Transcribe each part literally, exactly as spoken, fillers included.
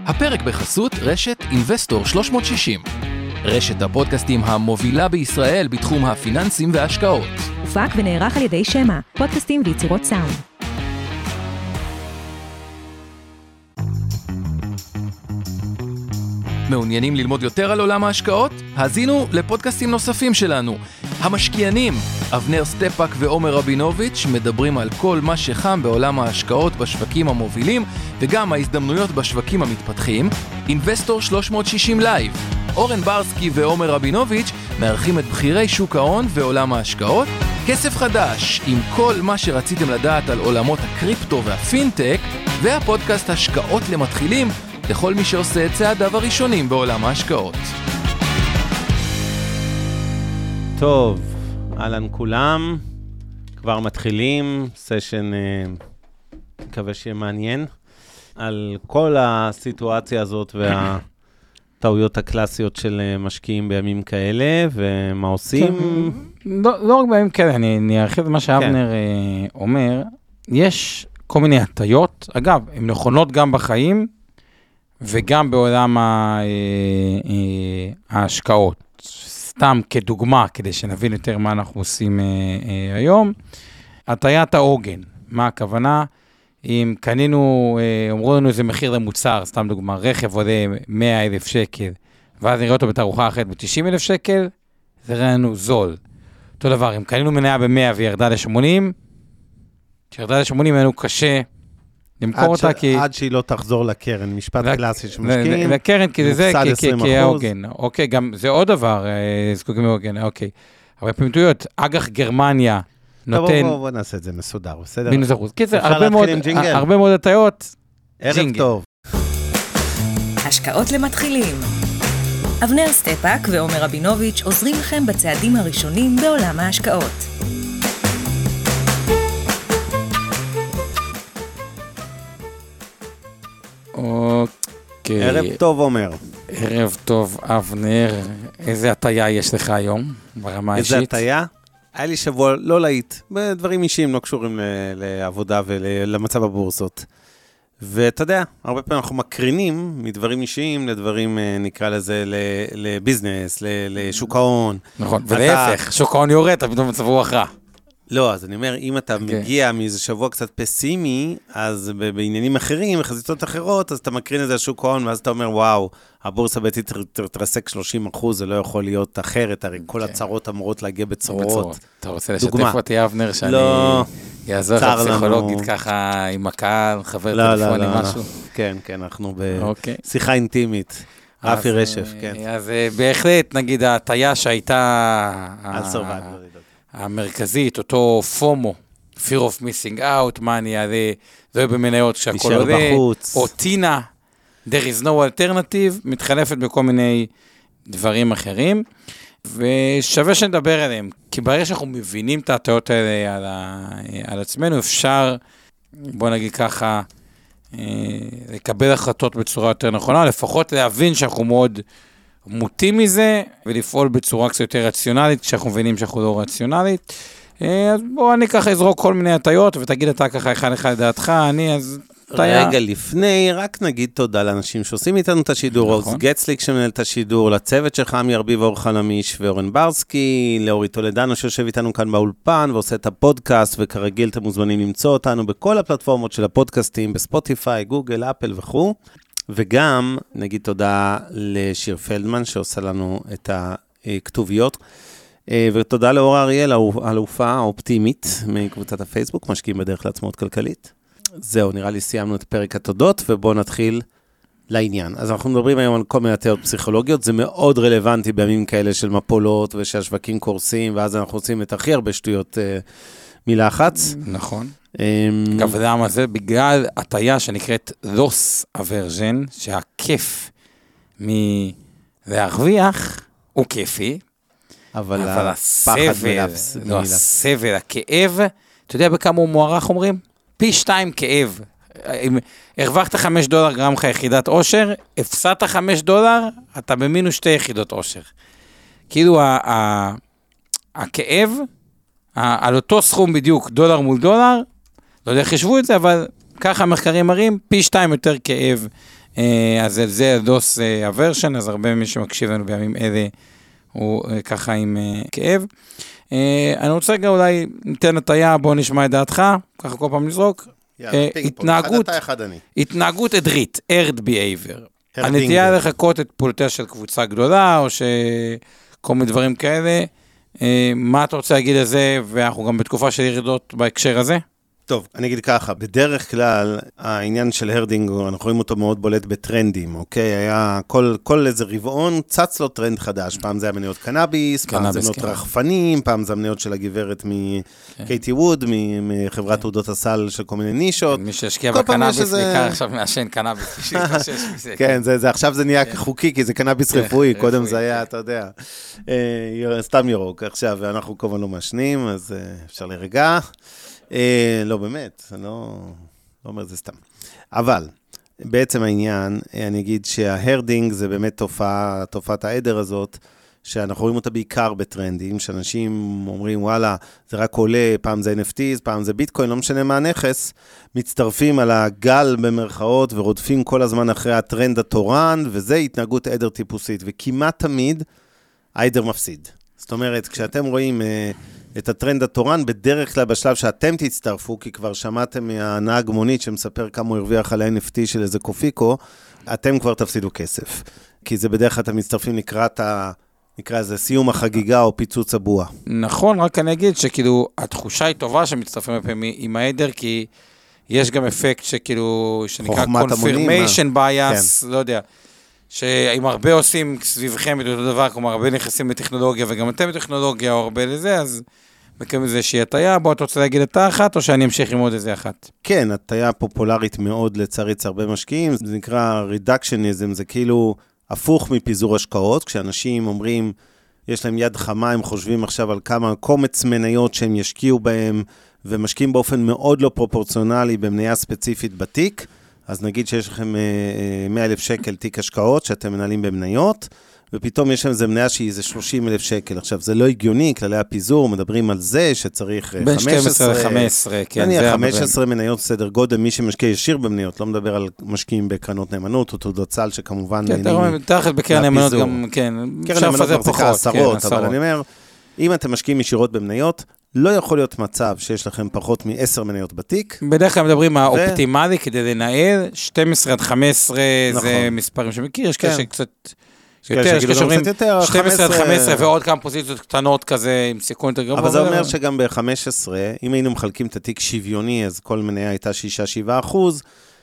הפרק בחסות רשת Investor שלוש מאות שישים. רשת הפודקאסטים המובילה בישראל בתחום הפיננסים וההשקעות. הופק ונערך על ידי שמה, פודקאסטים ויצירות סאונד. מעוניינים ללמוד יותר על עולם ההשקעות? האזינו לפודקאסטים נוספים שלנו. המשקיענים, אבנר סטפאק ועומר רבינוביץ' מדברים על כל מה שחם בעולם ההשקעות בשווקים המובילים וגם ההזדמנויות בשווקים המתפתחים. Investor שלוש מאות שישים לייב. אורן ברסקי ועומר רבינוביץ' מארחים את בחירי שוק ההון ועולם ההשקעות. כסף חדש עם כל מה שרציתם לדעת על עולמות הקריפטו והפינטק, והפודקאסט השקעות למתחילים לכל מי שעושה את צעדיו הראשונים בעולם ההשקעות. טוב, אהלן כולם, כבר מתחילים, סשן, מקווה שיהיה מעניין, על כל הסיטואציה הזאת והטעויות הקלאסיות של משקיעים בימים כאלה, ומה עושים. לא, לא רק בימים כאלה, אני, אני ארחיב מה שאבנר כן. אומר, יש כל מיני הטיות, אגב, הן נכונות גם בחיים, וגם בעולם ההשקעות. סתם כדוגמה, כדי שנבין יותר מה אנחנו עושים היום. הטיית העוגן, מה הכוונה? אם קנינו, אמרו לנו איזה מחיר למוצר, סתם דוגמה, רכב עולה מאה אלף שקל, ואז נראה אותו בתערוכה אחרת ב-תשעים אלף שקל, זה ראה לנו זול. אותו דבר, אם קנינו מניה ב-מאה וירדה ל-שמונים, כשירדה ל-שמונים היה לנו קשה, למכור אותה כי... עד שהיא לא תחזור לקרן, משפט קלאסי שמשקיעים. לקרן, כי זה כהוגן. אוקיי, גם זה עוד דבר, זקוקים להוגן, אוקיי. הרבה פעמים טעויות, אג"ח גרמניה נותן... בואו בואו נעשה את זה מסודר, בסדר? מינוס אחוז. כי זה הרבה מאוד הטיות. ערב טוב. השקעות למתחילים. אבנר סטפאק ועומר רבינוביץ' עוזרים לכם בצעדים הראשונים בעולם ההשקעות. אוקיי. ערב טוב, עומר. ערב טוב, אבנר. איזה הטיה יש לך היום ברמה האישית? איזה הטיה? היה לי שבוע לא להיט. דברים אישיים לא קשורים לעבודה ולמצב הבורסות. ואתה יודע, הרבה פעמים אנחנו מקרינים מדברים אישיים לדברים, נקרא לזה, לביזנס, לשוק ההון. נכון, ולהפך, שוק ההון יורד, אתה פתאום מצב רוח רע. לא, אז אני אומר, אם אתה מגיע מאיזה שבוע קצת פסימי, אז בעניינים אחרים, בחזיתות אחרות, אז אתה מקרין את זה לשוק ההון, ואז אתה אומר, וואו, הבורסה בעתיד תרסק שלושים אחוז, זה לא יכול להיות אחרת, הרי כל הצרות אמורות להגיע בצורות. אתה רוצה לשתף אותי, אבנר, שאני יעזור לך פסיכולוגית ככה עם הקהל, חבר טלפוני, משהו? כן, כן, אנחנו בשיחה אינטימית. רפי רשף, כן. אז בהחלט, נגיד, הטיה שהייתה... המרכזית, אותו פומו, fear of missing out, מניה, זה יהיה במניות שהכל עולה, או טינה, there is no alternative, מתחלפת בכל מיני דברים אחרים, ושווה שנדבר עליהם, כי ברגע שאנחנו מבינים את ההטיות האלה על, ה, על עצמנו, אפשר, בוא נגיד ככה, לקבל החלטות בצורה יותר נכונה, לפחות להבין שאנחנו מאוד... מוטים מזה, ולפעול בצורה קצת יותר רציונלית, כשאנחנו מבינים שאנחנו לא רציונלית. אז בואו אני ככה אזרוק כל מיני הטיות, ותגיד אתה ככה אחד אחד לדעתך, אני אז... רגע לפני, רק נגיד תודה לאנשים שעושים איתנו את השידור, עוז גצליק שמנהל את השידור, לצוות שלך עמי ארביב ואור חלמיש ואורן ברסקי, לאורי טולדנו שיושב איתנו כאן באולפן, ועושה את הפודקאסט, וכרגיל אתם מוזמנים למצוא אותנו בכל הפלטפורמות של הפודקאסטים, בספוטיפיי, גוגל, אפל וכו'. וגם נגיד תודה לשיר פלדמן שעושה לנו את הכתוביות, ותודה לאור אריאל, האלופה האופטימית מקבוצת הפייסבוק, משקיעים בדרך לעצמאות כלכלית. זהו, נראה לי סיימנו את פרק התודות, ובואו נתחיל לעניין. אז אנחנו מדברים היום על כל מיני הטיות פסיכולוגיות, זה מאוד רלוונטי בימים כאלה של מפולות, ושהשווקים קורסים, ואז אנחנו עושים את הכי הרבה שטויות מלחץ. נכון. אגב, למה זה? בגלל הטיה שנקראת loss aversion, שהכיף מלהרוויח הוא כיפי, אבל הסבל, לא הסבל, הכאב, אתה יודע בכמה הוא מוערך אומרים? פי שתיים כאב. אם הרווחת חמש דולר גרם לך יחידת עושר, הפסדת חמש דולר, אתה במינוס שתי יחידות עושר. כאילו הכאב, על אותו סכום בדיוק, דולר מול דולר, לא יודע איך חשבו את זה, אבל ככה המחקרים מראים, פי שתיים יותר כאב אז זה דוס הוורשן, אז הרבה מי שמקשיב לנו בימים אלה, הוא ככה עם כאב. אני רוצה רגע אולי ניתן הטיה, בוא נשמע את דעתך, ככה כל פעם נזרוק. התנהגות, התנהגות עדרית, ערד behavior. הנטייה לחכות את פעולותיה של קבוצה גדולה, או שכל מיני דברים כאלה. מה אתה רוצה להגיד על זה, ואנחנו גם בתקופה של ירידות בהקשר הזה? טוב, אני אגיד ככה, בדרך כלל העניין של הרדינג, אנחנו רואים אותו מאוד בולט בטרנדים, אוקיי? היה כל, כל איזה רבעון צץ לו טרנד חדש, פעם זה היה מניות קנאביס, פעם זה מניות רחפנים, פעם זה מניות של הגברת מקייטי ווד, מחברת תעודות הסל של כל מיני נישות. מי שהשקיע בקנאביס ניקר עכשיו מעשן קנאביס, כן, עכשיו זה נהיה חוקי, כי זה קנאביס רפואי, קודם זה היה, אתה יודע, סתם ירוק, עכשיו אנחנו כמובן לא מעשנים, אז אפשר לרגע. לא, באמת, אני לא אומר זה סתם. אבל, בעצם העניין, אני אגיד שההרדינג זה באמת תופעה, תופעת העדר הזאת, שאנחנו רואים אותה בעיקר בטרנדים, שאנשים אומרים, וואלה, זה רק עולה, פעם זה אן אף טיז, פעם זה ביטקוין, לא משנה מה הנכס, מצטרפים על הגל במרכאות, ורודפים כל הזמן אחרי הטרנד התורן, וזה התנהגות עדר טיפוסית, וכמעט תמיד העדר מפסיד. זאת אומרת, כשאתם רואים את הטרנד התורן, בדרך כלל בשלב שאתם תצטרפו, כי כבר שמעתם מהנהג מונית שמספר כמה הוא הרוויח על ה-אן אף טי של איזה קופיקו, אתם כבר תפסידו כסף. כי זה בדרך כלל אתם מצטרפים לקראת ה... נקרא לזה סיום החגיגה או פיצוץ הבוע. נכון, רק אני אגיד שכאילו, התחושה היא טובה שמצטרפים בפעמים עם העדר, כי יש גם אפקט שכאילו, שנקרא confirmation bias, לא יודע, שאם הרבה עושים סביבכם את אותו דבר, כלומר, הרבה נכנסים בטכנולוגיה, וגם אתם בטכנולוגיה או הרבה לזה, אז מקיים איזה שהיא הטיה, בוא אתה רוצה להגיד את האחת, או שאני אמשיך עם עוד איזה אחת? כן, הטיה פופולרית מאוד לצריץ הרבה משקיעים, זה נקרא רידקשניזם, זה כאילו הפוך מפיזור השקעות, כשאנשים אומרים, יש להם יד חמה, הם חושבים עכשיו על כמה קומץ מניות שהם ישקיעו בהם, ומשקיעים באופן מאוד לא פרופורציונלי במניה ספציפית בתיק, אז נגיד שיש לכם מאה אלף שקל תיק השקעות שאתם מנהלים במניות, ופתאום יש שם איזה מניה שהיא איזה שלושים אלף שקל. עכשיו, זה לא הגיוני, כללי הפיזור, מדברים על זה שצריך בין שתים עשרה ל-חמש עשרה, כן. אני חמש עשרה מניות סדר גודל, מי שמשקיע ישיר במניות, לא מדבר על משקיעים בקרנות נאמנות, או תעודות סל שכמובן... כן, תחת בקרן נאמנות גם, כן. קרן נאמנות מחזיקה עשרות, אבל אני אומר, אם אתם משקיעים ישירות במניות, לא יכול להיות מצב שיש לכם פחות מ-עשר מניות בתיק. בדרך כלל מדברים מה האופטימלי כדי לנהל, שתים עשרה עד חמש עשרה זה מספרים שמכיר, יש כאלה שקצת יותר, יש כאלה שאומרים שתים עשרה עד חמש עשרה ועוד כמה פוזיציות קטנות כזה עם סיכון יותר גבוה. אבל זה אומר שגם ב-חמש עשרה, אם היינו מחלקים את התיק שוויוני, אז כל מניה הייתה שישה שבעה אחוז,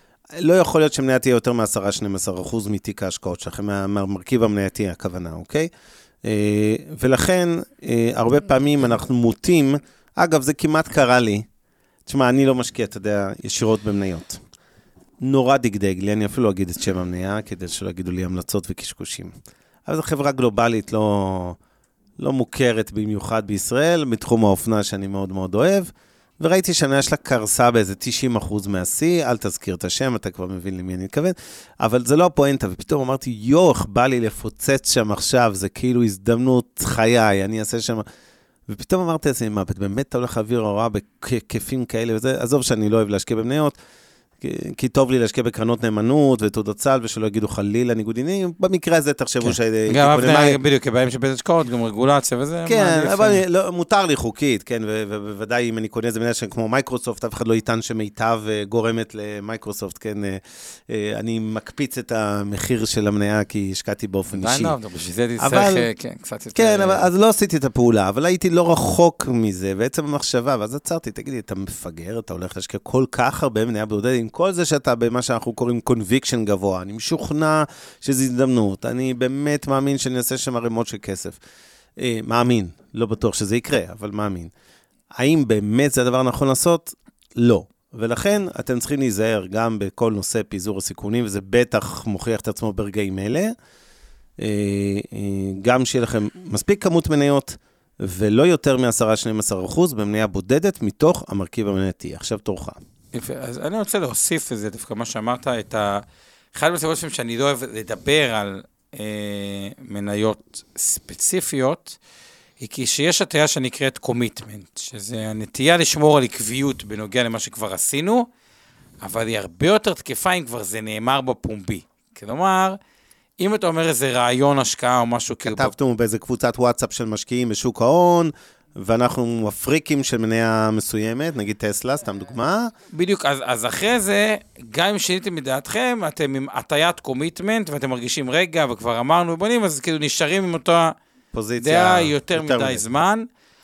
לא יכול להיות שמניה תהיה יותר מ-עשרה שנים עשר אחוז מתיק ההשקעות שלכם, מהמרכיב המנייתי הכוונה, אוקיי? ולכן, הרבה פעמים אנחנו מוטים, אגב, זה כמעט קרה לי, תשמע, אני לא משקיע, אתה יודע, ישירות במניות. נורא דגדג לי, אני אפילו לא אגיד את שם המניה, כדי שלא יגידו לי המלצות וקשקושים. אבל זו חברה גלובלית לא, לא מוכרת במיוחד בישראל, בתחום האופנה שאני מאוד מאוד אוהב, וראיתי שהמניה שלה קרסה באיזה תשעים אחוז מהשיא, אל תזכיר את השם, אתה כבר מבין למי אני מתכוון, אבל זה לא הפואנטה, ופתאום אמרתי, יוח, בא לי לפוצץ שם עכשיו, זה כאילו הזדמנות חיי, אני אעשה שם, ופתאום אמרתי לעצמי, מה, באמת אתה הולך להעביר הוראה בכיפים כאלה וזה, עזוב שאני לא אוהב להשקיע במניות, כי טוב לי להשקיע בקרנות נאמנות ותעודות סל, ושלא יגידו חלילה ניגוד עניינים, במקרה הזה תחשבו ש... גם בדיוק, כבאים שבית השקעות, גם רגולציה וזה... כן, אבל מותר לי חוקית, כן, ובוודאי אם אני קונה איזה מניה כמו מייקרוסופט, אף אחד לא יטען שמיטב גורמת למייקרוסופט, כן, אני מקפיץ את המחיר של המניה, כי השקעתי באופן אישי. בשביל זה תצטרך, כן, קצת יותר... כן, אז לא עשיתי את הפעולה, אבל הייתי לא רחוק מזה, בעצם המחשבה, ואז עצרתי, תגידי, אתה מפגר, אתה הולך להשקיע כל כך הרבה מניה בודדת, כל זה שאתה במה שאנחנו קוראים conviction גבוה, אני משוכנע שזו הזדמנות, אני באמת מאמין שאני אעשה שם ערימות של כסף. אה, מאמין, לא בטוח שזה יקרה, אבל מאמין. האם באמת זה הדבר הנכון לעשות? לא. ולכן אתם צריכים להיזהר גם בכל נושא פיזור הסיכונים, וזה בטח מוכיח את עצמו ברגעים אלה. אה, אה, גם שיהיה לכם מספיק כמות מניות, ולא יותר מ-עשרה עד שנים עשר אחוז במניה בודדת מתוך המרכיב המנייתי. עכשיו תורך. יפה, אז אני רוצה להוסיף לזה, דווקא מה שאמרת, את ה... אחד מהסיבות שאני לא אוהב לדבר על אה, מניות ספציפיות, היא כי שיש הטיה שנקראת קומיטמנט, שזה הנטייה לשמור על עקביות בנוגע למה שכבר עשינו, אבל היא הרבה יותר תקפה אם כבר זה נאמר בפומבי. כלומר, אם אתה אומר איזה רעיון השקעה או משהו כאילו... כתבנו באיזה קבוצת וואטסאפ של משקיעים בשוק ההון, ואנחנו מפריקים של מניה מסוימת, נגיד טסלה, סתם דוגמה. בדיוק, אז, אז אחרי זה, גם אם שיניתם מדעתכם, אתם עם הטיית קומיטמנט, ואתם מרגישים רגע, וכבר אמרנו בונים, אז כאילו נשארים עם אותה דעה יותר, יותר מדי מדי. זמן.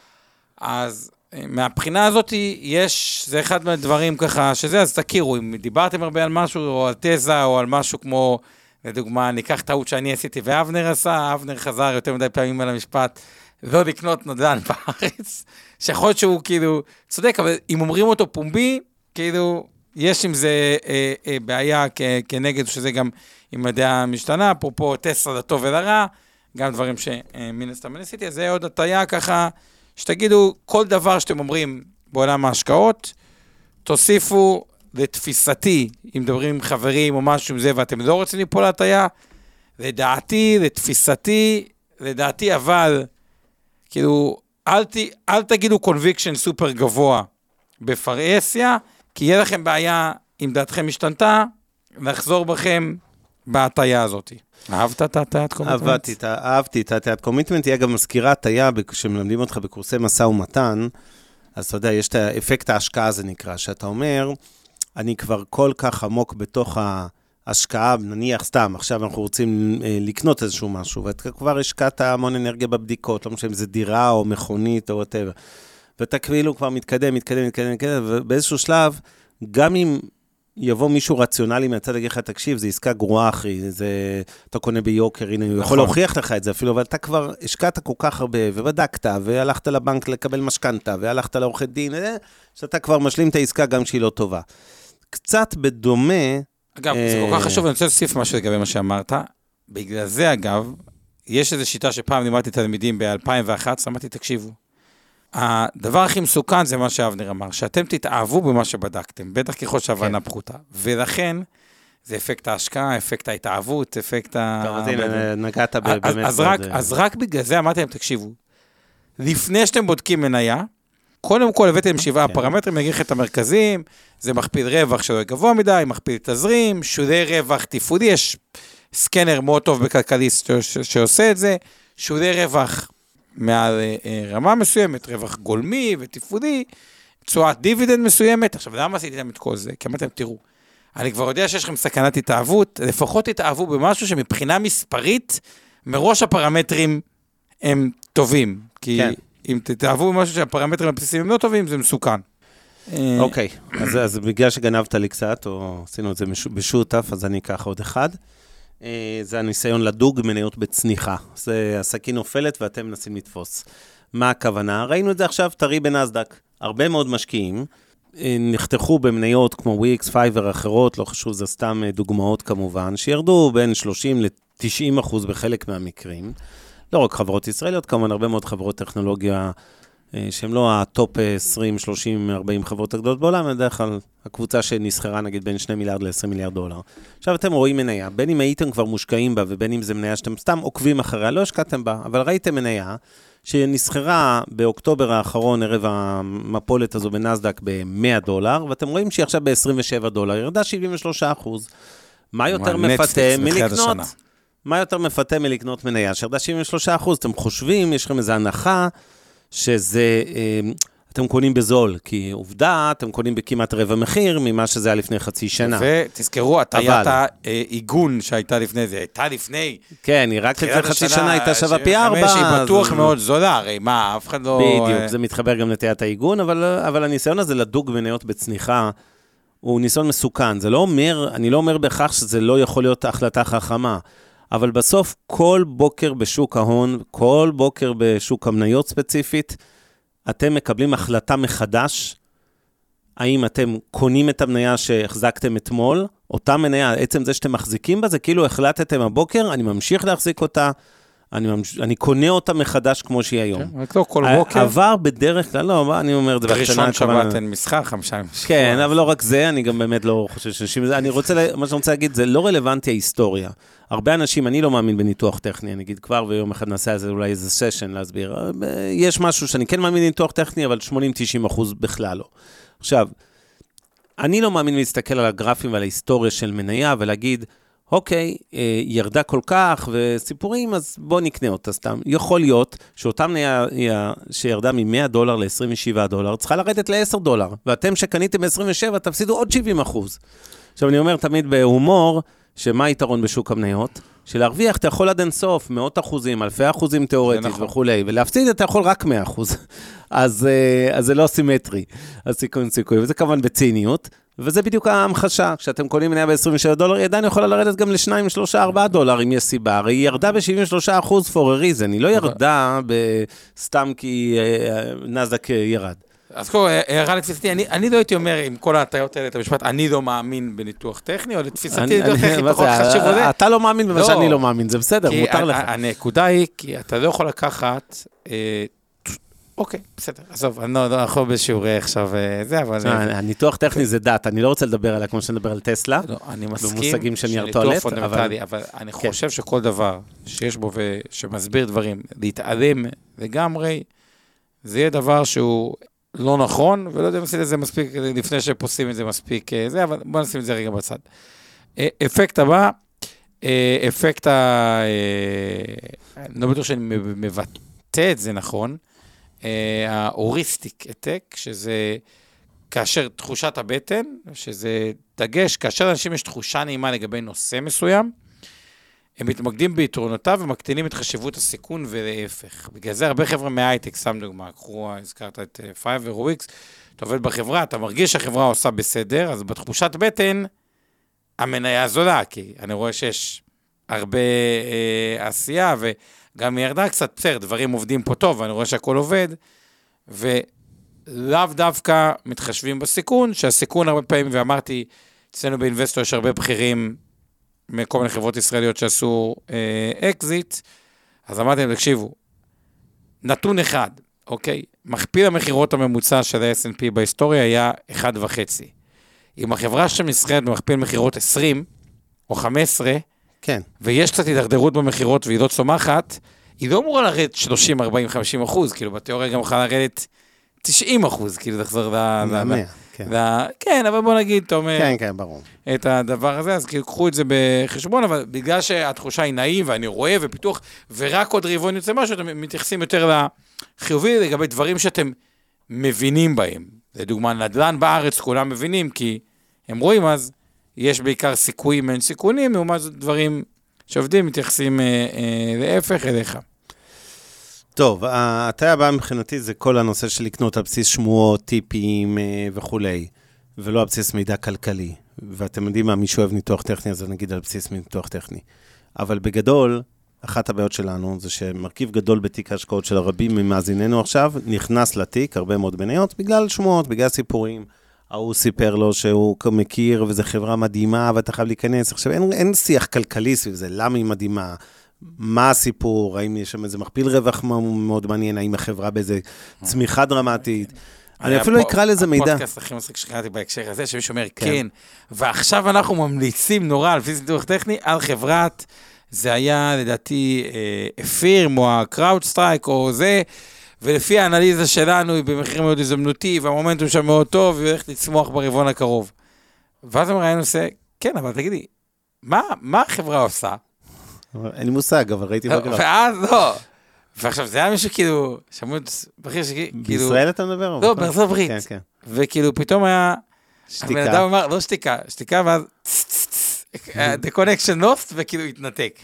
אז מהבחינה הזאת יש, זה אחד מהדברים ככה, שזה, אז תכירו, אם דיברתם הרבה על משהו, או על תזה, או על משהו כמו, לדוגמה, ניקח טעות שאני עשיתי, ואבנר עשה, אבנר חזר יותר מדי פעמים על המשפט, לא לקנות נדל"ן בארץ, שיכול להיות שהוא כאילו צודק, אבל אם אומרים אותו פומבי, כאילו יש עם זה אה, אה, בעיה כ- כנגד, שזה גם עם הדעה משתנה, אפרופו טסלה לטוב ולרע, גם דברים שמן הסתם ניסיתי, אז זה עוד הטעיה ככה, שתגידו כל דבר שאתם אומרים בעולם ההשקעות, תוסיפו לתפיסתי, אם מדברים עם חברים או משהו עם זה, ואתם לא רוצים ליפול להטעיה, לדעתי, לתפיסתי, לדעתי אבל, כאילו, אל, ת, אל תגידו קונביקשן סופר גבוה בפרהסיה, כי יהיה לכם בעיה, אם דעתכם השתנתה, לחזור בכם בהטעיה הזאת. אהבת את הטעיית קומיטמנט? אהבתי את הטעיית קומיטמנט, היא אגב מזכירה הטעיה, שמלמדים אותך בקורסי משא ומתן, אז אתה יודע, יש את האפקט ההשקעה, זה נקרא, שאתה אומר, אני כבר כל כך עמוק בתוך ה... השקעה, נניח סתם, עכשיו אנחנו רוצים אה, לקנות איזשהו משהו, ואתה כבר השקעת המון אנרגיה בבדיקות, לא משנה אם זה דירה או מכונית או whatever, ואתה כאילו כבר מתקדם, מתקדם, מתקדם, מתקדם, ובאיזשהו שלב, גם אם יבוא מישהו רציונלי מהצד להגיד לך, תקשיב, זה עסקה גרועה, אחי, זה, אתה קונה ביוקר, הנה, הוא יכול להוכיח לך את זה אפילו, אבל אתה כבר השקעת כל כך הרבה, ובדקת, והלכת לבנק לקבל משכנתה, והלכת לעורכי דין, שאתה כבר משלים את העסקה גם שהיא לא טובה. קצת בדומה, אגב, זה כל כך חשוב, אני רוצה להוסיף משהו לגבי מה שאמרת. בגלל זה, אגב, יש איזו שיטה שפעם לימדתי תלמידים ב-אלפיים ואחת, אמרתי, תקשיבו. הדבר הכי מסוכן זה מה שאבנר אמר, שאתם תתאהבו במה שבדקתם, בטח ככל שהבנה פחותה. ולכן, זה אפקט ההשקעה, אפקט ההתאהבות, אפקט ה... טוב, אז הנה, נגעת באמת. אז רק בגלל זה אמרתי להם, תקשיבו. לפני שאתם בודקים מניה, קודם כל הבאתם שבעה פרמטרים, נגיד את המרכזים, זה מכפיל רווח שלא גבוה מדי, מכפיל תזרים, שולי רווח תפעולי, יש סקנר מאוד טוב בכלכליסט שעושה את זה, שולי רווח מעל רמה מסוימת, רווח גולמי ותפעולי, תשואת דיבידנד מסוימת. עכשיו, למה עשיתי להם את כל זה? כי אמרתם, תראו, אני כבר יודע שיש לכם סכנת התאהבות, לפחות תתאהבו במשהו שמבחינה מספרית, מראש הפרמטרים הם טובים, כי... כן. אם תתאהבו במשהו שהפרמטרים הבסיסיים הם לא טובים, זה מסוכן. אוקיי, אז, אז בגלל שגנבת לי קצת, או עשינו את זה בשותף, אז אני אקח עוד אחד. זה הניסיון לדוג מניות בצניחה. זה הסכין נופלת ואתם מנסים לתפוס. מה הכוונה? ראינו את זה עכשיו, טרי בנסדק. הרבה מאוד משקיעים נחתכו במניות כמו וויקס, פייבר, אחרות, לא חשוב, זה סתם דוגמאות כמובן, שירדו בין שלושים ל-תשעים אחוז בחלק מהמקרים. לא רק חברות ישראליות, כמובן הרבה מאוד חברות טכנולוגיה, שהן לא הטופ עשרים, שלושים, ארבעים חברות הגדולות בעולם, בדרך כלל הקבוצה שנסחרה נגיד בין שני מיליארד ל-עשרים מיליארד דולר. עכשיו אתם רואים מניה, בין אם הייתם כבר מושקעים בה, ובין אם זה מניה שאתם סתם עוקבים אחריה, לא השקעתם בה, אבל ראיתם מניה שנסחרה באוקטובר האחרון, ערב המפולת הזו בנסדק ב-מאה דולר, ואתם רואים שהיא עכשיו ב-עשרים ושבעה דולר, ירדה שבעים ושלושה אחוז. מה יותר מפתה מלקנות? מה יותר מפתה מלקנות מניה? שירדה שבעים ושלושה אחוז, אתם חושבים, יש לכם איזו הנחה, שזה, אתם קונים בזול, כי עובדה, אתם קונים בכמעט רבע מחיר, ממה שזה היה לפני חצי שנה. ותזכרו, הטיית העיגון שהייתה לפני זה, הייתה לפני... כן, היא רק לפני חצי שנה הייתה שווה פי ארבע. שהיא בטוח מאוד זולה, הרי מה, אף אחד לא... בדיוק, זה מתחבר גם לטיית העיגון, אבל הניסיון הזה לדוג מניות בצניחה, הוא ניסיון מסוכן. זה לא אומר, אני לא אומר בכך שזה לא יכול להיות החלטה חכמה, אבל בסוף כל בוקר בשוק ההון, כל בוקר בשוק המניות ספציפית, אתם מקבלים החלטה מחדש, האם אתם קונים את המניה שהחזקתם אתמול, אותה מניה, עצם זה שאתם מחזיקים בה, זה כאילו החלטתם הבוקר, אני ממשיך להחזיק אותה, אני, ממש... אני קונה אותה מחדש כמו שהיא היום. כן, רק לא כל בוקר. עבר בדרך כלל, לא, אני אומר את זה בקטנה. ראשון שבת אין מסחר, חמישה ימים. כן, אבל לא רק זה, אני גם באמת לא חושב שאנשים... אני רוצה, מה שאני רוצה להגיד, זה לא רלוונטי ההיסטוריה. הרבה אנשים, אני לא מאמין בניתוח טכני, אני אגיד כבר, ויום אחד נעשה על זה אולי איזה סשן להסביר. יש משהו שאני כן מאמין בניתוח טכני, אבל שמונים תשעים אחוז בכלל לא. עכשיו, אני לא מאמין להסתכל על הגרפים ועל ההיסטוריה של מניה, ולהגיד, אוקיי, ירדה כל כך, וסיפורים, אז בוא נקנה אותה סתם. יכול להיות שאותה מניה שירדה מ-מאה דולר ל-עשרים ושבעה דולר, צריכה לרדת ל-עשרה דולר, ואתם שקניתם ב-עשרים ושבע, תפסידו עוד שבעים אחוז. עכשיו, אני אומר תמיד בהומור, שמה היתרון בשוק המניות? שלהרוויח אתה יכול עד אינסוף, מאות אחוזים, אלפי אחוזים תיאורטית וכו', ולהפסיד אתה יכול רק מאה אחוז. אז, אז זה לא סימטרי, הסיכון סיכוי, וזה כמובן בציניות, וזה בדיוק ההמחשה, כשאתם קונים מניה ב-עשרים ושבעה דולר, היא עדיין יכולה לרדת גם ל-שתיים, שלושה, ארבעה דולר, אם יש סיבה, הרי היא ירדה ב-שבעים ושלושה אחוז for a reason, היא לא ירדה סתם כי נזק ירד. אז קודם, הערה לתפיסתי, אני, אני לא הייתי אומר עם כל ההטיות האלה, את המשפט, אני לא מאמין בניתוח טכני, או לתפיסתי ניתוח טכני פחות חשוב עולה. אתה לא מאמין במה שאני לא מאמין, זה בסדר, מותר לך. הנקודה היא, כי אתה לא יכול לקחת, אוקיי, בסדר, עזוב, אני לא יכול בשיעורי עכשיו זה, אבל... הניתוח טכני זה דת, אני לא רוצה לדבר עליה כמו שאני מדבר על טסלה, אני מסכים שניתוח פונדמנטלי, אבל אני חושב שכל דבר שיש בו ושמסביר דברים, להתעלם לגמרי, זה יהיה דבר שהוא לא נכון, ולא יודע אם עשיתי את זה מספיק, לפני שפוסים את זה מספיק זה, אבל בוא נשים את זה רגע בצד. אפקט הבא, אפקט ה... אני לא בטוח שאני מבטא את זה נכון, האוריסטיק אטק, שזה כאשר תחושת הבטן, שזה דגש, כאשר לאנשים יש תחושה נעימה לגבי נושא מסוים, הם מתמקדים ביתרונותיו ומקטינים את חשיבות הסיכון ולהפך. בגלל זה הרבה חבר'ה מההייטק, שם דוגמה, קחו, הזכרת את פייבר או וויקס, אתה עובד בחברה, אתה מרגיש שהחברה עושה בסדר, אז בתחושת בטן, המניה זולה, כי אני רואה שיש הרבה אה, עשייה, וגם ירדה קצת בסדר, דברים עובדים פה טוב, ואני רואה שהכל עובד, ולאו דווקא מתחשבים בסיכון, שהסיכון הרבה פעמים, ואמרתי, אצלנו באינבסטור יש הרבה בכירים, מכל מיני חברות ישראליות שעשו אה, אקזיט, אז אמרתי להם, תקשיבו, נתון אחד, אוקיי? מכפיל המחירות הממוצע של ה-אס אנד פי בהיסטוריה היה אחד וחצי. אם החברה שמסחרת במכפיל מחירות עשרים או חמש עשרה, כן. ויש קצת הידרדרות במחירות והיא לא צומחת, היא לא אמורה לרדת שלושים, ארבעים, חמישים אחוז, כאילו בתיאוריה גם יכולה לרדת תשעים אחוז, כאילו תחזור ל... כן. וה... כן, אבל בוא נגיד, אתה אומר... כן, כן, ברור. את הדבר הזה, אז כאילו, קחו את זה בחשבון, אבל בגלל שהתחושה היא נעים, ואני רואה ופיתוח, ורק עוד רבעון יוצא משהו, אתם מתייחסים יותר לחיובי, לגבי דברים שאתם מבינים בהם. לדוגמה, נדל"ן בארץ, כולם מבינים, כי הם רואים, אז יש בעיקר סיכויים, אין סיכונים, לעומת זאת דברים שעובדים, מתייחסים אה, אה, להפך אליך. טוב, התאי הבא מבחינתי זה כל הנושא של לקנות על בסיס שמועות, טיפים וכולי, ולא על בסיס מידע כלכלי. ואתם יודעים מה, מישהו אוהב ניתוח טכני, אז נגיד על בסיס ניתוח טכני. אבל בגדול, אחת הבעיות שלנו זה שמרכיב גדול בתיק ההשקעות של הרבים ממאזיננו עכשיו, נכנס לתיק, הרבה מאוד מניות, בגלל שמועות, בגלל סיפורים. הוא סיפר לו שהוא מכיר, וזו חברה מדהימה, ואתה חייב להיכנס. עכשיו, אין, אין שיח כלכלי סביב זה, למה היא מדהימה? מה הסיפור, האם יש שם איזה מכפיל רווח מאוד מעניין, האם החברה באיזה צמיחה דרמטית, אני אפילו אקרא לזה מידע. הפודקאסט הכי מצחיק שקראתי בהקשר הזה, שמישהו אומר, כן, ועכשיו אנחנו ממליצים נורא על פיזית ניתוח טכני, על חברת, זה היה לדעתי פירם, או הקראוד סטרייק, או זה, ולפי האנליזה שלנו, היא במחיר מאוד הזדמנותי, והמומנטום שם מאוד טוב, והיא הולכת לצמוח ברבעון הקרוב. ואז אמר, אני עושה, כן, אבל תגידי, מה, מה החברה עושה? אין לי מושג, אבל ראיתי בגלל. ואז לא. ועכשיו, זה היה מישהו כאילו, שמות בכיר שכאילו... בישראל אתה מדבר? לא, בארצות הברית. כן, כן. וכאילו, פתאום היה... שתיקה. הבן אדם אמר, לא שתיקה, שתיקה, ואז... The connection lost, וכאילו התנתק.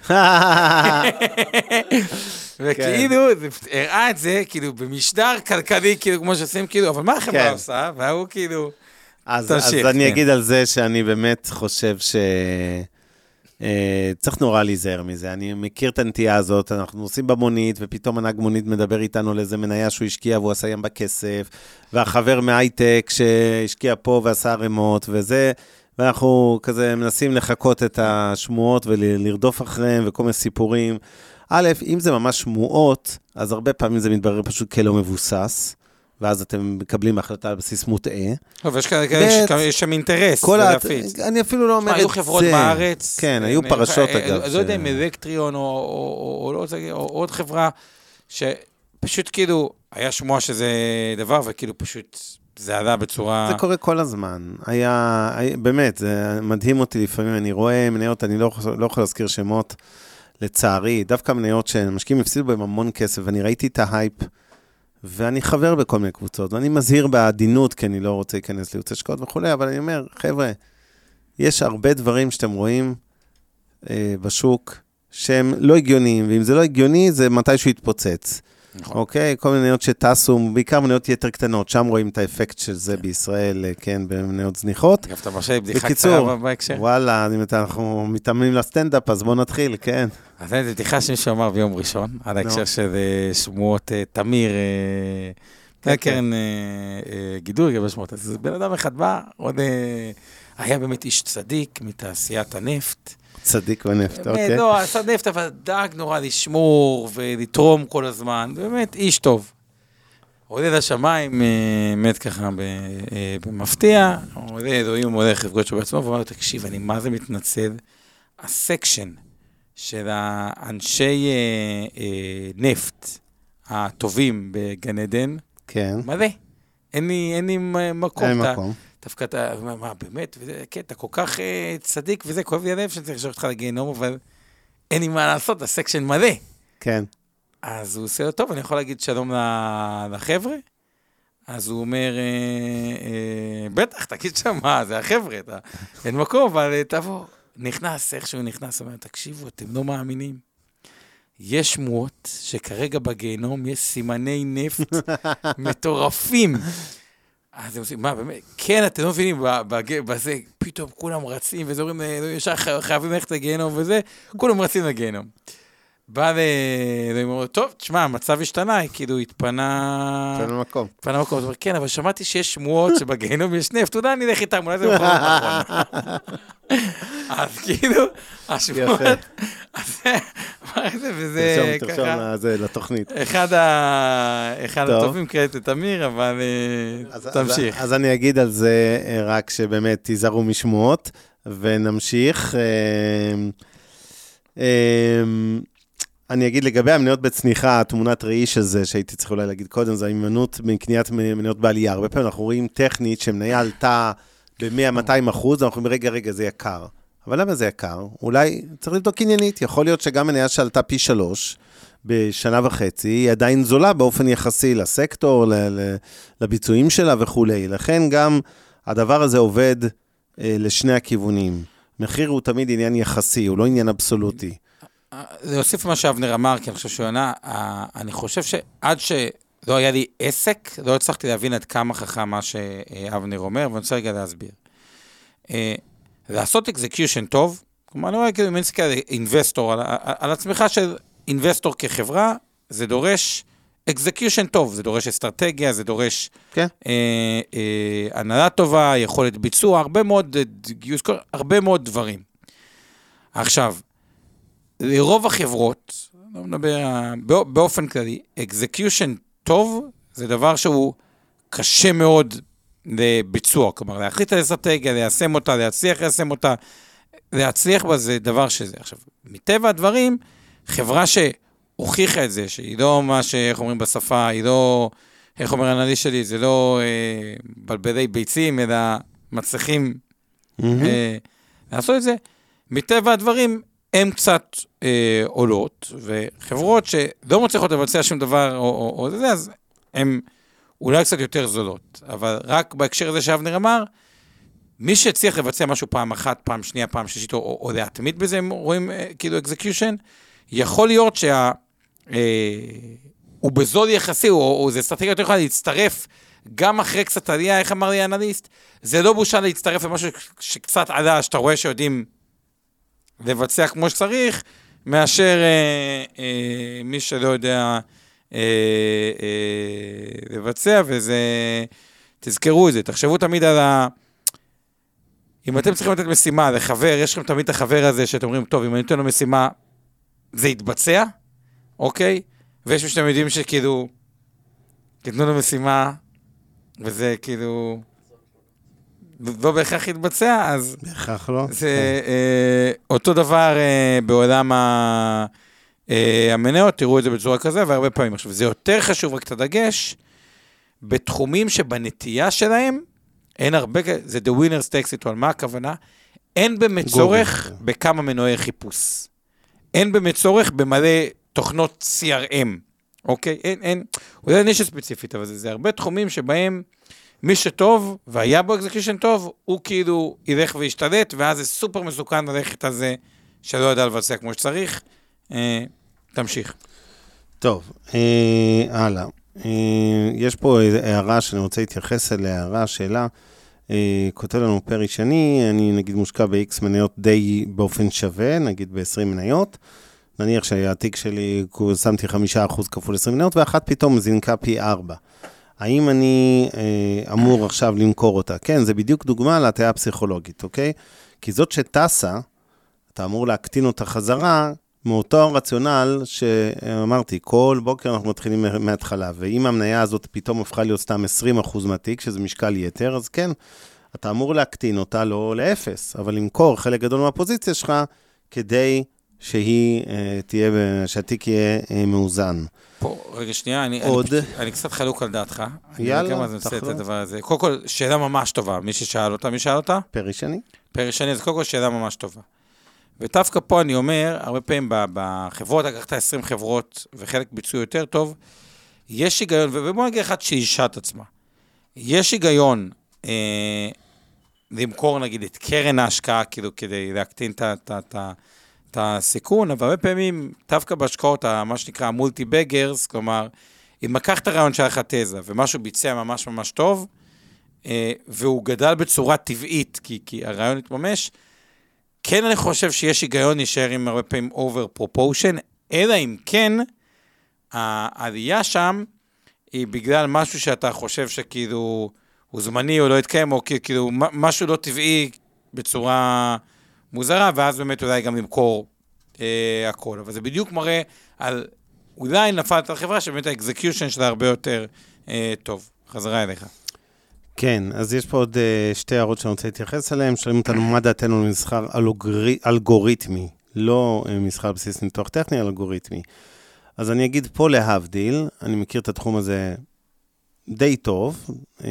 וכאילו, זה הראה את זה, כאילו, במשדר כלכלי, כאילו, כמו שעושים, כאילו, אבל מה החברה עושה? והוא כאילו... אז אני אגיד על זה שאני באמת חושב ש... צריך נורא להיזהר מזה, אני מכיר את הנטייה הזאת, אנחנו נוסעים במונית, ופתאום הנהג מונית מדבר איתנו על איזה מניה שהוא השקיע, והוא עשה ים בכסף, והחבר מהייטק שהשקיע פה ועשה רמות, וזה, ואנחנו כזה מנסים לחכות את השמועות, ולרדוף אחריהם, וכל מיני סיפורים. א', אם זה ממש שמועות, אז הרבה פעמים זה מתברר פשוט כלא מבוסס, ואז אתם מקבלים החלטה על בסיס מוטעה. ויש כאלה, יש שם אינטרס, זה להפיץ. אני אפילו לא אומר את זה. היו חברות בארץ. כן, היו פרשות אגב. לא יודע אם אלקטריון או עוד חברה, שפשוט כאילו, היה שמוע שזה דבר, וכאילו פשוט זה עלה בצורה... זה קורה כל הזמן. היה, היה באמת, זה מדהים אותי לפעמים, אני רואה מניות, אני לא, לא יכול להזכיר שמות, לצערי, דווקא מניות שמשקיעים הפסידו בהם המון כסף, ואני ראיתי את ההייפ, ואני חבר בכל מיני קבוצות, ואני מזהיר בעדינות, כי אני לא רוצה להיכנס ליוצא השקעות וכו', אבל אני אומר, חבר'ה, יש הרבה דברים שאתם רואים אה, בשוק, שהם לא הגיוניים, ואם זה לא הגיוני, זה מתישהו יתפוצץ. נכון. אוקיי? כל מיני מניות שטסו, בעיקר מניות יתר קטנות, שם רואים את האפקט של זה בישראל, כן, במניות זניחות. אגב, אתה מרשה לי בדיחה קצרה בהקשר. וואלה, אם אנחנו מתאמנים לסטנדאפ, אז בואו נתחיל, כן. אז זו בדיחה שמישהו אמר ביום ראשון, על ההקשר של שמועות תמיר, קרן גידול, גבי שמועות. אז בן אדם אחד בא, עוד היה באמת איש צדיק מתעשיית הנפט, צדיק ונפט, אוקיי. לא, עשה נפט, אבל דאג נורא לשמור ולתרום כל הזמן, באמת איש טוב. עודד השמיים, מת ככה במפתיע, עודד אלוהים מודה חברות שלו בעצמו, ואומר לו, תקשיב, אני מה זה מתנצל, הסקשן של האנשי נפט הטובים בגן עדן, כן. מלא, אין לי מקום. אין מקום. דווקא אתה, מה, באמת, וזה, כן, אתה כל כך uh, צדיק, וזה, כואב לי הלב שאני צריך לשאול אותך לגיהנום, אבל אין לי מה לעשות, הסקשן מלא. כן. אז הוא עושה לו טוב, אני יכול להגיד שלום לחבר'ה? אז הוא אומר, אה, אה, בטח, תגיד שם, מה, זה החבר'ה, אתה, אין מקום, אבל תבוא. נכנס, איכשהו נכנס, אומר, תקשיבו, אתם לא מאמינים. יש שמועות שכרגע בגיהנום יש סימני נפט מטורפים. אז הם עושים, מה, באמת? כן, אתם לא מבינים, בזה, פתאום כולם רצים, וזה אומרים, ישר חייבים ללכת לגיהנום וזה, כולם רצים לגיהנום. בא ל... טוב, תשמע, המצב השתנה, כאילו, התפנה... התפנה מקום. התפנה מקום. זאת אומרת, כן, אבל שמעתי שיש שמועות שבגיהנום יש נפט, תודה, אני אלך איתם, אולי זה בכל נכון. אז כאילו, השמועות... וזה ככה... תרשום לזה, לתוכנית. אחד הטובים קראת את אמיר, אבל תמשיך. אז אני אגיד על זה רק שבאמת תיזהרו משמועות, ונמשיך. אני אגיד לגבי המניות בצניחה, תמונת ראי של זה, שהייתי צריך אולי להגיד קודם, זה ההימנעות מקניית מניות בעלייה. הרבה פעמים אנחנו רואים טכנית שמניה עלתה ב-מאה עד מאתיים אחוז, אנחנו אומרים, רגע, רגע, זה יקר. אבל למה זה יקר? אולי צריך לבדוק עניינית. יכול להיות שגם מניה שעלתה פי שלוש בשנה וחצי, היא עדיין זולה באופן יחסי לסקטור, לביצועים שלה וכו'. לכן גם הדבר הזה עובד לשני הכיוונים. מחיר הוא תמיד עניין יחסי, הוא לא עניין אבסולוטי. להוסיף מה שאבנר אמר, כי אני חושב שהוא ענה, אני חושב שעד שלא היה לי עסק, לא הצלחתי להבין עד כמה חכם מה שאבנר אומר, ואני רוצה רגע להסביר. לעשות אקזקיושן טוב, כלומר, אני רואה כאילו אם אינסקה אינבסטור, על עצמך של אינבסטור כחברה, זה דורש אקזקיושן טוב, זה דורש אסטרטגיה, זה דורש הנהלה טובה, יכולת ביצוע, הרבה מאוד גיוס, הרבה מאוד דברים. עכשיו, לרוב החברות, לא מדבר, באופן כללי, אקזקיושן טוב, זה דבר שהוא קשה מאוד לביצוע, כלומר, להחליט על אסטרטגיה, ליישם אותה, להצליח ליישם אותה, להצליח בה זה דבר שזה. עכשיו, מטבע הדברים, חברה שהוכיחה את זה, שהיא לא מה שאיך אומרים בשפה, היא לא, איך אומר האנליסט שלי, זה לא אה, בלבלי ביצים, אלא מצליחים mm-hmm. אה, לעשות את זה. מטבע הדברים, הן קצת אה, עולות, וחברות שלא מצליחות לבצע שום דבר או, או, או זה, אז הן אולי קצת יותר זולות. אבל רק בהקשר הזה שאבנר אמר, מי שהצליח לבצע משהו פעם אחת, פעם שנייה, פעם שלישית, או, או, או להתמיד בזה, הם רואים אה, כאילו אקזקיושן, יכול להיות שה... אה, הוא בזול יחסי, או, או זה אסטרטגיה יותר יכולה להצטרף, גם אחרי קצת עלייה, איך אמר לי האנליסט, זה לא בושה להצטרף למשהו שקצת עלה, שאתה רואה שיודעים לבצע כמו שצריך, מאשר אה, אה, מי שלא יודע אה, אה, לבצע, וזה, תזכרו את זה, תחשבו תמיד על ה... אם אתם צריכים לתת משימה לחבר, יש לכם תמיד את החבר הזה שאתם אומרים, טוב, אם אני נותן לו משימה, זה יתבצע, אוקיי? ויש מי שאתם יודעים שכאילו, תתנו לו משימה, וזה כאילו... לא בהכרח יתבצע, אז... בהכרח לא. זה אה, אותו דבר אה, בעולם ה, אה, המניות, תראו את זה בצורה כזה, והרבה פעמים. עכשיו, זה יותר חשוב רק את הדגש, בתחומים שבנטייה שלהם, אין הרבה, זה the winner's takes it all, מה הכוונה? אין באמת צורך בכמה מנועי חיפוש. אין באמת צורך במלא תוכנות סי אר אם, אוקיי? אין, אין, אולי אין איש ספציפית, אבל זה, זה הרבה תחומים שבהם מי שטוב, והיה בו אקזקיושן טוב, הוא כאילו ילך וישתלט, ואז זה סופר מסוכן ללכת על זה, שלא יודע לבצע כמו שצריך. אה, תמשיך. טוב, אה, הלאה. אה, יש פה הערה שאני רוצה להתייחס אליה, הערה, שאלה, אה, כותב לנו פרי שני, אני נגיד מושקע ב-X מניות די באופן שווה, נגיד ב-עשרים מניות, נניח שהתיק שלי, שמתי חמישה אחוז כפול עשרים מניות, ואחת פתאום זינקה פי ארבע. האם אני אה, אמור עכשיו למכור אותה? כן, זה בדיוק דוגמה להטיה הפסיכולוגית, אוקיי? כי זאת שטסה, אתה אמור להקטין אותה חזרה, מאותו רציונל שאמרתי, כל בוקר אנחנו מתחילים מההתחלה, ואם המניה הזאת פתאום הפכה להיות סתם עשרים אחוז מהתיק, שזה משקל יתר, אז כן, אתה אמור להקטין אותה לא לאפס, אבל למכור חלק גדול מהפוזיציה שלך, כדי שהיא תהיה, שהתיק יהיה מאוזן. פה, רגע שנייה, אני, עוד... אני, אני קצת חלוק על דעתך. יאללה, תחלוק. קודם כל, שאלה ממש טובה. מי ששאל אותה, מי שאל אותה? פרי שני. פרי שני, אז קודם כל שאלה ממש טובה. ודווקא פה אני אומר, הרבה פעמים בחברות, לקחת עשרים חברות, וחלק ביצוע יותר טוב, יש היגיון, ובוא נגיד אחד שאישה את עצמה. יש היגיון אה, למכור נגיד את קרן ההשקעה, כאילו כדי להקטין את ה... את ה את הסיכון, אבל הרבה פעמים, דווקא בהשקעות, מה שנקרא מולטי-בגרס, כלומר, אם לקח את הרעיון שלך תזה, ומשהו ביצע ממש ממש טוב, והוא גדל בצורה טבעית, כי, כי הרעיון התממש, כן אני חושב שיש היגיון נשאר עם הרבה פעמים over proportion, אלא אם כן, העלייה שם, היא בגלל משהו שאתה חושב שכאילו, הוא זמני או לא יתקיים, או כאילו, משהו לא טבעי בצורה מוזרה, ואז באמת אולי גם למכור אה, הכל. אבל זה בדיוק מראה על, אולי נפלת על חברה שבאמת האקזקיושן שלה הרבה יותר אה, טוב. חזרה אליך. כן, אז יש פה עוד אה, שתי הערות שאני רוצה להתייחס עליהן, שואלים אותנו מה דעתנו למסחר אלוגרי, אלגוריתמי, לא אה, מסחר בסיס ניתוח טכני, אלגוריתמי. אז אני אגיד פה להבדיל, אני מכיר את התחום הזה די טוב, אה,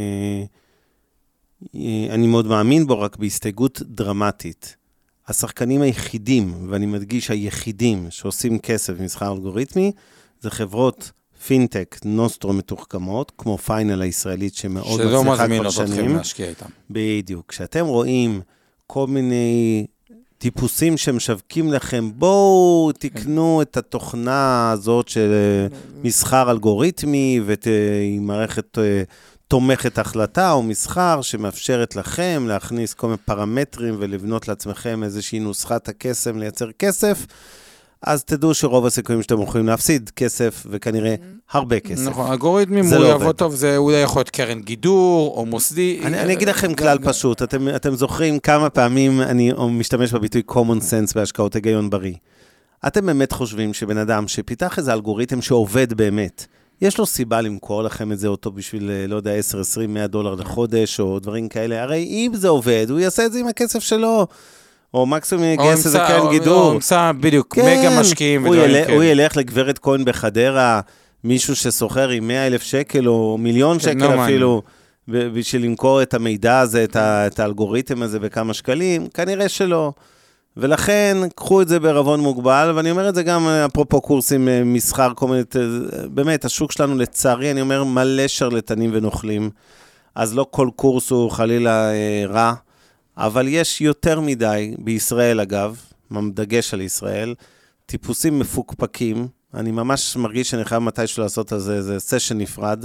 אה, אני מאוד מאמין בו, רק בהסתייגות דרמטית. השחקנים היחידים, ואני מדגיש היחידים שעושים כסף במסחר אלגוריתמי, זה חברות פינטק נוסטרו מתוחכמות, כמו פיינל הישראלית שמאוד מצליחה כבר שנים. בדיוק. כשאתם רואים כל מיני טיפוסים שמשווקים לכם, בואו תקנו את התוכנה הזאת של מסחר אלגוריתמי, ועם מערכת תומכת החלטה או מסחר שמאפשרת לכם להכניס כל מיני פרמטרים ולבנות לעצמכם איזושהי נוסחת הקסם לייצר כסף, אז תדעו שרוב הסיכויים שאתם יכולים להפסיד כסף, וכנראה הרבה כסף. נכון, אלגוריתמים הוא יעבוד טוב, זה אולי יכול להיות קרן גידור או מוסדי. אני אגיד לכם כלל פשוט, אתם זוכרים כמה פעמים אני משתמש בביטוי common sense בהשקעות היגיון בריא. אתם באמת חושבים שבן אדם שפיתח איזה אלגוריתם שעובד באמת, יש לו סיבה למכור לכם את זה אותו בשביל, לא יודע, עשר, עשרים, מאה דולר לחודש, או דברים כאלה. הרי אם זה עובד, הוא יעשה את זה עם הכסף שלו. או מקסימום יגייס איזה קרן גידור. או אמצע, בדיוק, מגה משקיעים ודברים כאלה. הוא ילך לגברת כהן בחדרה, מישהו שסוחר עם מאה אלף שקל, או מיליון שקל אפילו, בשביל למכור את המידע הזה, את האלגוריתם הזה בכמה שקלים, כנראה שלא. ולכן, קחו את זה בערבון מוגבל, ואני אומר את זה גם אפרופו קורסים מסחר, באמת, השוק שלנו לצערי, אני אומר, מלא שרלטנים ונוכלים, אז לא כל קורס הוא חלילה רע, אבל יש יותר מדי, בישראל אגב, דגש על ישראל, טיפוסים מפוקפקים, אני ממש מרגיש שאני חייב מתישהו לעשות איזה, איזה סשן נפרד,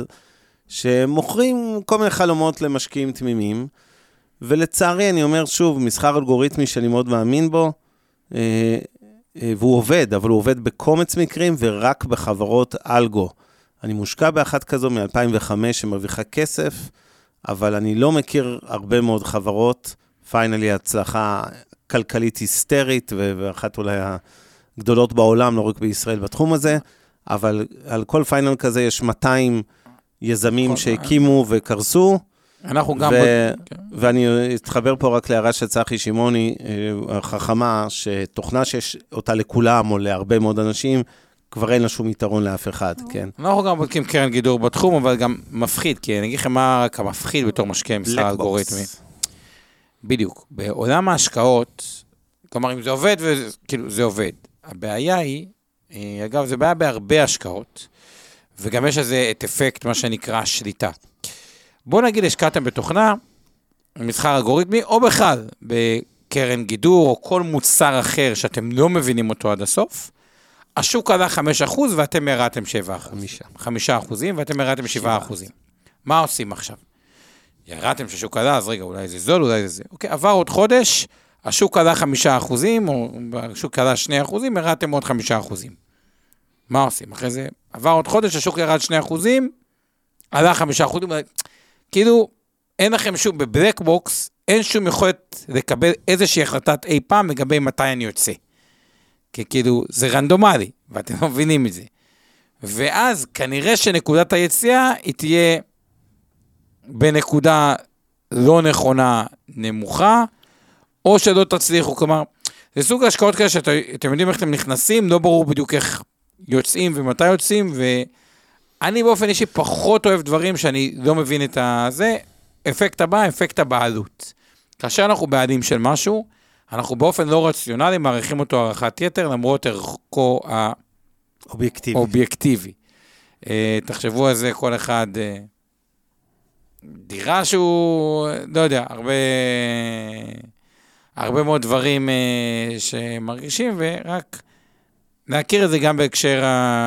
שמוכרים כל מיני חלומות למשקיעים תמימים, ולצערי אני אומר שוב, מסחר אלגוריתמי שאני מאוד מאמין בו, אה, אה, והוא עובד, אבל הוא עובד בקומץ מקרים, ורק בחברות אלגו. אני מושקע באחת כזו מ-אלפיים וחמש שמרוויחה כסף, אבל אני לא מכיר הרבה מאוד חברות, פיינלי הצלחה כלכלית היסטרית, ואחת אולי הגדולות בעולם, לא רק בישראל בתחום הזה, אבל על כל פיינל כזה יש מאתיים יזמים שהקימו וקרסו, אנחנו גם... ו- ואני אתחבר פה רק להערה של צחי שמעוני, החכמה, שתוכנה שיש אותה לכולם או להרבה מאוד אנשים, כבר אין לה שום יתרון לאף אחד, כן. אנחנו גם בודקים קרן גידור בתחום, אבל גם מפחיד, כי אני אגיד לכם מה רק המפחיד בתור משקיע מסחר אלגוריתמי. בדיוק. בעולם ההשקעות, כלומר, אם זה עובד, כאילו, זה עובד. הבעיה היא, אגב, זה בעיה בהרבה השקעות, וגם יש איזה את אפקט, מה שנקרא שליטה. בואו נגיד, השקעתם בתוכנה, מסחר אלגוריתמי, או בכלל, בקרן גידור, או כל מוצר אחר שאתם לא מבינים אותו עד הסוף, השוק עלה חמישה אחוז ואתם ירדתם שבעה אחוז. חמישה. חמישה אחוזים ואתם ירדתם שבעה אחוזים. מה עושים עכשיו? ירדתם ששוק עלה, אז רגע, אולי זה זול, אולי זה זה. אוקיי, עבר עוד חודש, השוק עלה חמישה אחוזים, או השוק עלה שני אחוזים, ירדתם עוד חמישה אחוזים. מה עושים? אחרי זה, עבר עוד חודש, השוק ירד שני אחוזים, עלה חמישה אחוזים, כאילו, אין לכם שום, בבלק בוקס, אין שום יכולת לקבל איזושהי החלטת אי פעם לגבי מתי אני יוצא. כי כאילו, זה רנדומלי, ואתם לא מבינים את זה. ואז, כנראה שנקודת היציאה, היא תהיה בנקודה לא נכונה, נמוכה, או שלא תצליחו, כלומר, זה סוג ההשקעות כאלה שאתם יודעים איך אתם נכנסים, לא ברור בדיוק איך יוצאים ומתי יוצאים, ואני באופן אישי פחות אוהב דברים שאני לא מבין את זה, אפקט הבא, אפקט הבעלות. כאשר אנחנו בעלים של משהו, אנחנו באופן לא רציונלי מעריכים אותו הערכת יתר, למרות ערכו האובייקטיבי. תחשבו על זה כל אחד, דירה שהוא, לא יודע, הרבה, הרבה מאוד דברים שמרגישים, ורק להכיר את זה גם בהקשר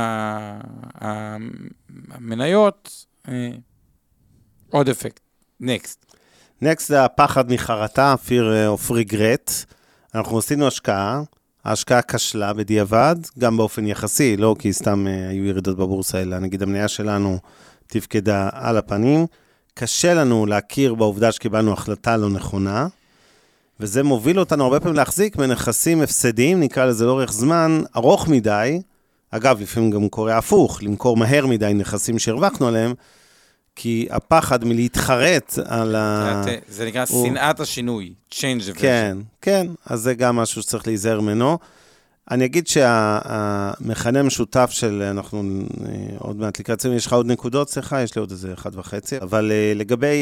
המניות, עוד אפקט. נקסט. נקסט זה הפחד מחרטה, fear of regret. אנחנו עשינו השקעה, ההשקעה כשלה בדיעבד, גם באופן יחסי, לא כי סתם היו ירידות בבורסה, אלא נגיד המניה שלנו תפקדה על הפנים. קשה לנו להכיר בעובדה שקיבלנו החלטה לא נכונה, וזה מוביל אותנו הרבה פעמים להחזיק בנכסים הפסדיים, נקרא לזה לאורך זמן, ארוך מדי, אגב, לפעמים גם קורה הפוך, למכור מהר מדי נכסים שהרווחנו עליהם, כי הפחד מלהתחרט על ה... זה נקרא שנאת השינוי, change the כן, כן, אז זה גם משהו שצריך להיזהר ממנו. אני אגיד שהמכנה המשותף של, אנחנו עוד מעט לקראת סיום, יש לך עוד נקודות, סליחה, יש לי עוד איזה אחד וחצי, אבל לגבי,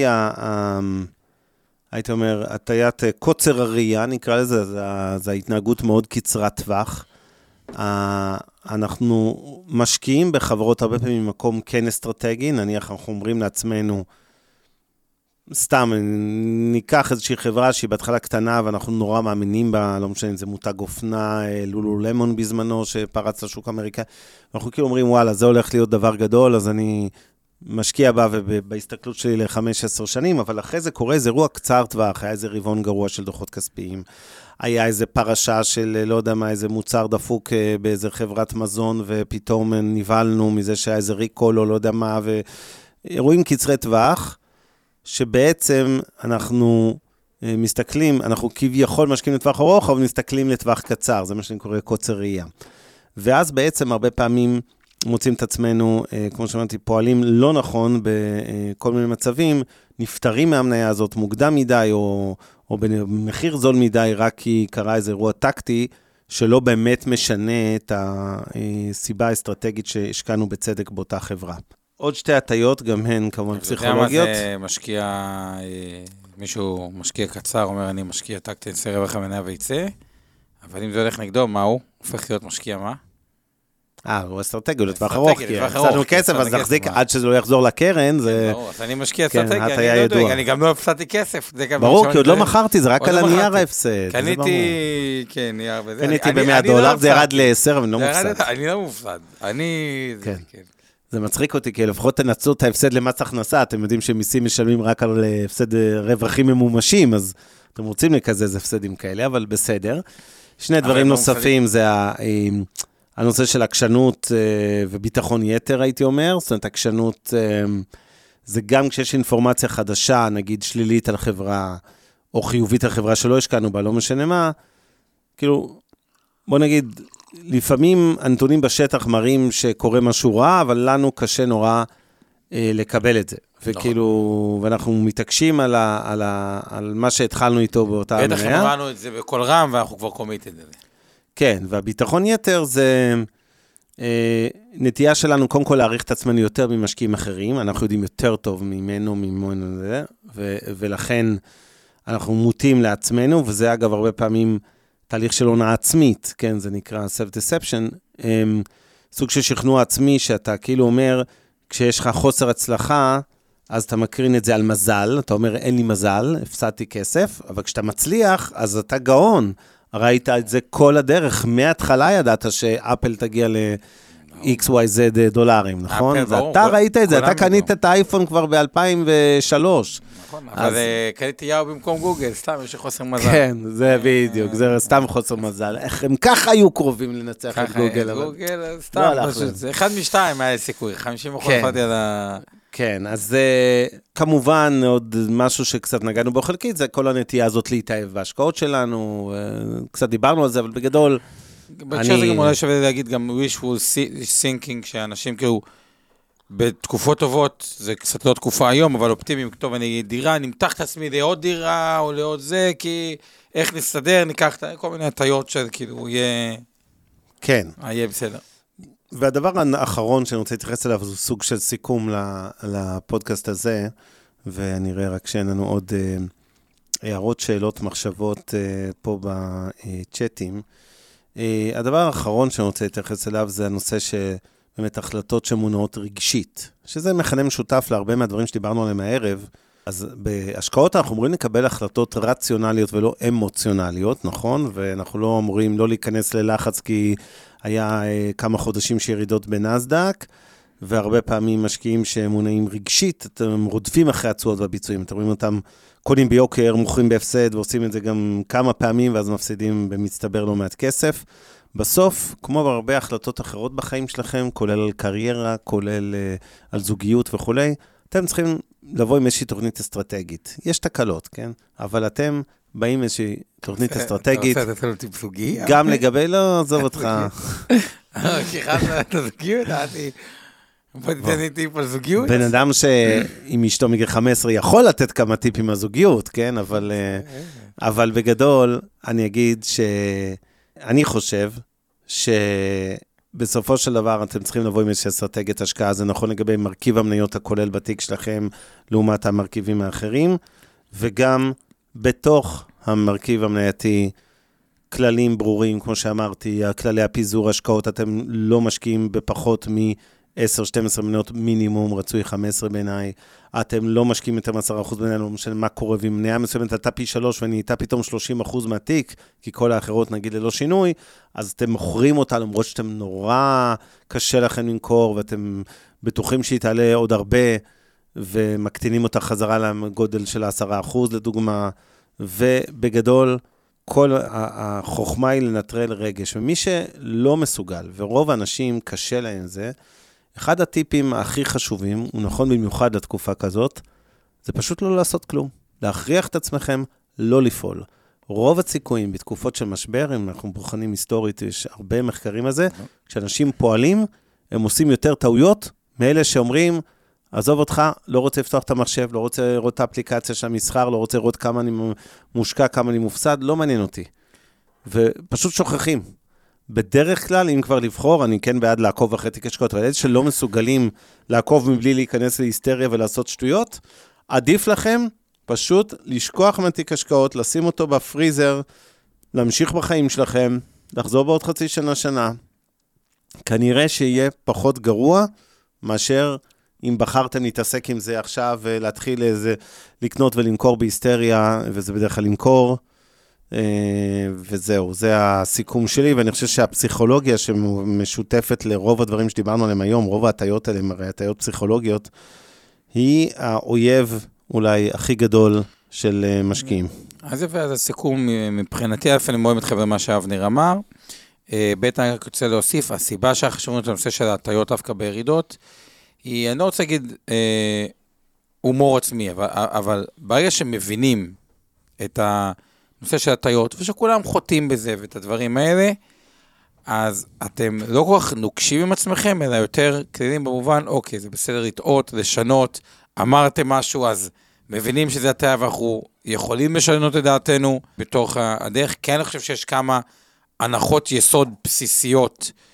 הייתי אומר, הטיית קוצר הראייה, נקרא לזה, זה ההתנהגות מאוד קצרת טווח. אנחנו משקיעים בחברות הרבה פעמים ממקום כן אסטרטגי, נניח אנחנו אומרים לעצמנו, סתם, ניקח איזושהי חברה שהיא בהתחלה קטנה, ואנחנו נורא מאמינים בה, לא משנה, זה מותג אופנה, לולו למון בזמנו, שפרץ לשוק האמריקאי, ואנחנו כאילו אומרים, וואלה, זה הולך להיות דבר גדול, אז אני משקיע בה, ובהסתכלות שלי ל-חמש עשרה שנים, אבל אחרי זה קורה איזה אירוע קצר טווח, היה איזה רבעון גרוע של דוחות כספיים, היה איזה פרשה של, לא יודע מה, איזה מוצר דפוק באיזה חברת מזון, ופתאום נבהלנו מזה שהיה איזה ריקול, או לא יודע מה, ואירועים קצרי טווח, שבעצם אנחנו מסתכלים, אנחנו כביכול משקיעים לטווח ארוך, אבל מסתכלים לטווח קצר, זה מה שאני קורא קוצר ראייה. ואז בעצם הרבה פעמים מוצאים את עצמנו, כמו שאמרתי, פועלים לא נכון בכל מיני מצבים, נפטרים מהמניה הזאת מוקדם מדי, או, או במחיר זול מדי, רק כי קרה איזה אירוע טקטי, שלא באמת משנה את הסיבה האסטרטגית שהשקענו בצדק באותה חברה. עוד שתי הטיות, גם הן כמובן פסיכולוגיות. אתה יודע מה זה משקיע, מישהו משקיע קצר, אומר אני משקיע טקטי, נעשה רווח המניה ויצא, אבל אם זה הולך נגדו, מה הוא? הופך להיות משקיע מה? אה, הוא אסטרטגי, הוא לטווח ארוך, כי הפסדנו כסף, אז נחזיק עד שזה לא יחזור לקרן, זה... ברור, אז אני משקיע אסטרטגי, אני לא יודע, אני גם לא הפסדתי כסף. ברור, כי עוד לא מכרתי, זה רק על הנייר ההפסד. קניתי, כן, נייר וזה. קניתי ב-מאה דולר, זה ירד ל-עשרה, ואני לא מופסד. אני לא מופסד, אני... זה מצחיק אותי, כי לפחות תנצלו את ההפסד למס הכנסה, אתם יודעים שמיסים משלמים רק על הפסד רווחים ממומשים, אז אתם רוצים לקזז הפסדים כאלה, אבל בסדר. שני דברים נוספים זה הנושא של עקשנות וביטחון יתר, הייתי אומר. זאת אומרת, עקשנות זה גם כשיש אינפורמציה חדשה, נגיד שלילית על חברה, או חיובית על חברה שלא השקענו בה, לא משנה מה, כאילו, בוא נגיד, לפעמים הנתונים בשטח מראים שקורה משהו רע, אבל לנו קשה נורא אה, לקבל את זה. וכאילו, ואנחנו מתעקשים על, ה, על, ה, על מה שהתחלנו איתו באותה המניה. בטח אמרנו את זה בכל רם, ואנחנו כבר קומיטד את זה. כן, והביטחון יתר זה, נטייה שלנו, קודם כל, להעריך את עצמנו יותר ממשקיעים אחרים, אנחנו יודעים יותר טוב ממנו, ממנו זה, ולכן אנחנו מוטים לעצמנו, וזה אגב הרבה פעמים תהליך של הונאה עצמית, כן, זה נקרא self-deception, סוג של שכנוע עצמי, שאתה כאילו אומר, כשיש לך חוסר הצלחה, אז אתה מקרין את זה על מזל, אתה אומר, אין לי מזל, הפסדתי כסף, אבל כשאתה מצליח, אז אתה גאון. ראית את זה כל הדרך, מההתחלה ידעת שאפל תגיע ל-X Y Z דולרים, נכון? ואתה ראית את זה, אתה קנית את האייפון כבר ב-אלפיים ושלוש. נכון, אבל קניתי יאו במקום גוגל, סתם יש חוסר מזל. כן, זה בדיוק, זה סתם חוסר מזל. איך הם ככה היו קרובים לנצח את גוגל. גוגל, סתם, אחד משתיים היה סיכוי, חמישים אחוז פרטי על ה... כן, אז כמובן עוד משהו שקצת נגענו בו חלקית, זה כל הנטייה הזאת להתאהב בהשקעות שלנו, קצת דיברנו על זה, אבל בגדול... בהקשר זה גם אולי שווה להגיד גם wishful thinking, שאנשים כאילו בתקופות טובות, זה קצת לא תקופה היום, אבל אופטימיים, טוב, אני דירה, נמתח את עצמי לעוד דירה או לעוד זה, כי איך נסתדר, ניקח כל מיני הטיות של כאילו יהיה... כן. יהיה בסדר. והדבר האחרון שאני רוצה להתייחס אליו, זה סוג של סיכום לפודקאסט הזה, ואני רואה רק שאין לנו עוד הערות, שאלות, מחשבות פה בצ'אטים. הדבר האחרון שאני רוצה להתייחס אליו, זה הנושא שבאמת החלטות שמונעות רגשית, שזה מכנה משותף להרבה מהדברים שדיברנו עליהם הערב. אז בהשקעות אנחנו אמורים לקבל החלטות רציונליות ולא אמוציונליות, נכון? ואנחנו לא אמורים לא להיכנס ללחץ, כי היה כמה חודשים שירידות בנסדק, והרבה פעמים משקיעים שמונעים רגשית, אתם רודפים אחרי התשואות והביצועים, אתם רואים אותם קונים ביוקר, מוכרים בהפסד, ועושים את זה גם כמה פעמים, ואז מפסידים במצטבר לא מעט כסף. בסוף, כמו בהרבה החלטות אחרות בחיים שלכם, כולל על קריירה, כולל uh, על זוגיות וכו', אתם צריכים לבוא עם איזושהי תוכנית אסטרטגית. יש תקלות, כן? אבל אתם באים איזושהי תוכנית אסטרטגית. אתה רוצה לתת זוגי? גם לגבי, לא, עזוב אותך. כי חד אתה זוגיות, דעתי. בוא תתן לי טיפ על זוגיות. בן אדם שעם אשתו מגיל חמש עשרה יכול לתת כמה טיפים על זוגיות, כן? אבל, אבל בגדול, אני אגיד שאני חושב שבסופו של דבר אתם צריכים לבוא עם איזושהי אסטרטגיית השקעה, זה נכון לגבי מרכיב המניות הכולל בתיק שלכם, לעומת המרכיבים האחרים, וגם בתוך המרכיב המנייתי, כללים ברורים, כמו שאמרתי, כללי הפיזור השקעות, אתם לא משקיעים בפחות מ-עשר שתים עשרה מניות מינימום, רצוי חמש עשרה בעיניי, אתם לא משקיעים יותר מ-עשרה אחוז בעיניי, לא משנה מה קורה, ואם מניה מסוימת עלתה פי שלוש, ונהייתה פתאום שלושים אחוז מהתיק, כי כל האחרות נגיד ללא שינוי, אז אתם מוכרים אותה, למרות שאתם נורא קשה לכם למכור, ואתם בטוחים שהיא תעלה עוד הרבה, ומקטינים אותה חזרה לגודל של עשרה אחוז לדוגמה, ובגדול, כל החוכמה היא לנטרל רגש, ומי שלא מסוגל, ורוב האנשים קשה להם זה, אחד הטיפים הכי חשובים, הוא נכון במיוחד לתקופה כזאת, זה פשוט לא לעשות כלום. להכריח את עצמכם לא לפעול. רוב הסיכויים בתקופות של משבר, אם אנחנו בוחנים היסטורית, יש הרבה מחקרים על זה, כשאנשים פועלים, הם עושים יותר טעויות, מאלה שאומרים, עזוב אותך, לא רוצה לפתוח את המחשב, לא רוצה לראות את האפליקציה של המסחר, לא רוצה לראות כמה אני מושקע, כמה אני מופסד, לא מעניין אותי. ופשוט שוכחים. בדרך כלל, אם כבר לבחור, אני כן בעד לעקוב אחרי תיק השקעות, אבל אלה שלא מסוגלים לעקוב מבלי להיכנס להיסטריה ולעשות שטויות, עדיף לכם פשוט לשכוח מתיק השקעות, לשים אותו בפריזר, להמשיך בחיים שלכם, לחזור בעוד חצי שנה, שנה. כנראה שיהיה פחות גרוע מאשר אם בחרתם להתעסק עם זה עכשיו, ולהתחיל איזה, לקנות ולמכור בהיסטריה, וזה בדרך כלל למכור, וזהו, זה הסיכום שלי, ואני חושב שהפסיכולוגיה שמשותפת לרוב הדברים שדיברנו עליהם היום, רוב ההטיות האלה, הרי הטיות פסיכולוגיות, היא האויב אולי הכי גדול של משקיעים. אז יפה, אז הסיכום מבחינתי, אלף אני מאוד מתחבר למה שאבנר אמר, בית אני רוצה להוסיף, הסיבה שהחשבנו את הנושא של ההטיות דווקא בירידות, היא, אני לא רוצה להגיד אה, הומור עצמי, אבל, אבל ברגע שמבינים את הנושא של הטיות, ושכולם חוטאים בזה ואת הדברים האלה, אז אתם לא כל כך נוקשים עם עצמכם, אלא יותר כללים במובן, אוקיי, זה בסדר לטעות, לשנות, אמרתם משהו, אז מבינים שזה הטעה, ואנחנו יכולים לשנות את דעתנו בתוך הדרך, כי אני חושב שיש כמה הנחות יסוד בסיסיות,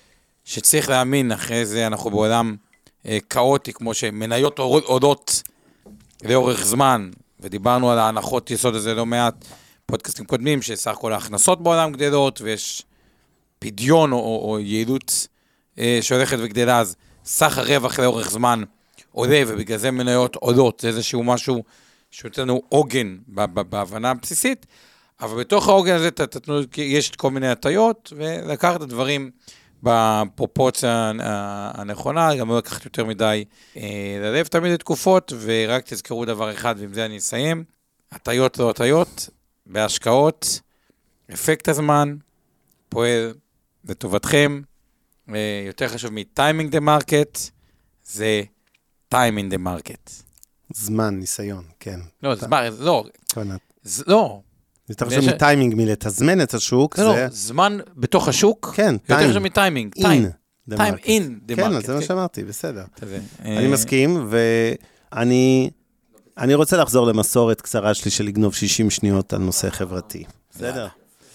שצריך להאמין, אחרי זה אנחנו בעולם אה, כאוטי, כמו שמניות עודות לאורך זמן, ודיברנו על ההנחות יסוד הזה לא מעט פודקאסטים קודמים, שסך הכל ההכנסות בעולם גדלות, ויש פדיון או, או, או יעילות אה, שהולכת וגדלה, אז סך הרווח לאורך זמן עולה, ובגלל זה מניות עודות, זה איזשהו משהו שנותן לנו עוגן בהבנה הבסיסית, אבל בתוך העוגן הזה תתנו, יש כל מיני הטיות, ולקחת את הדברים בפרופורציה הנכונה, גם לא לקחת יותר מדי ללב תמיד לתקופות, ורק תזכרו דבר אחד, ועם זה אני אסיים, הטיות לא הטיות, בהשקעות, אפקט הזמן, פועל לטובתכם, יותר חשוב מ-timing the market, זה time in the market. זמן, ניסיון, כן. לא, זמן, לא. לא. יותר חשוב מטיימינג מלתזמן את השוק. לא, זמן בתוך השוק, כן, יותר חשוב מטיימינג. time. time in the market. כן, זה מה שאמרתי, בסדר. אני מסכים, ואני רוצה לחזור למסורת קצרה שלי של לגנוב שישים שניות על נושא חברתי. בסדר.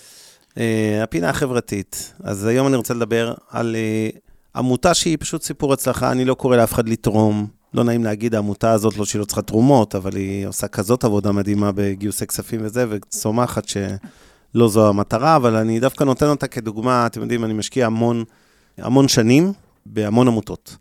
הפינה החברתית. אז היום אני רוצה לדבר על עמותה שהיא פשוט סיפור הצלחה, אני לא קורא לאף אחד לתרום, לא נעים להגיד, העמותה הזאת לא שהיא לא צריכה תרומות, אבל היא עושה כזאת עבודה מדהימה בגיוסי כספים וזה, וצומחת שלא זו המטרה, אבל אני דווקא נותן אותה כדוגמה, אתם יודעים, אני משקיע המון, המון שנים בהמון עמותות.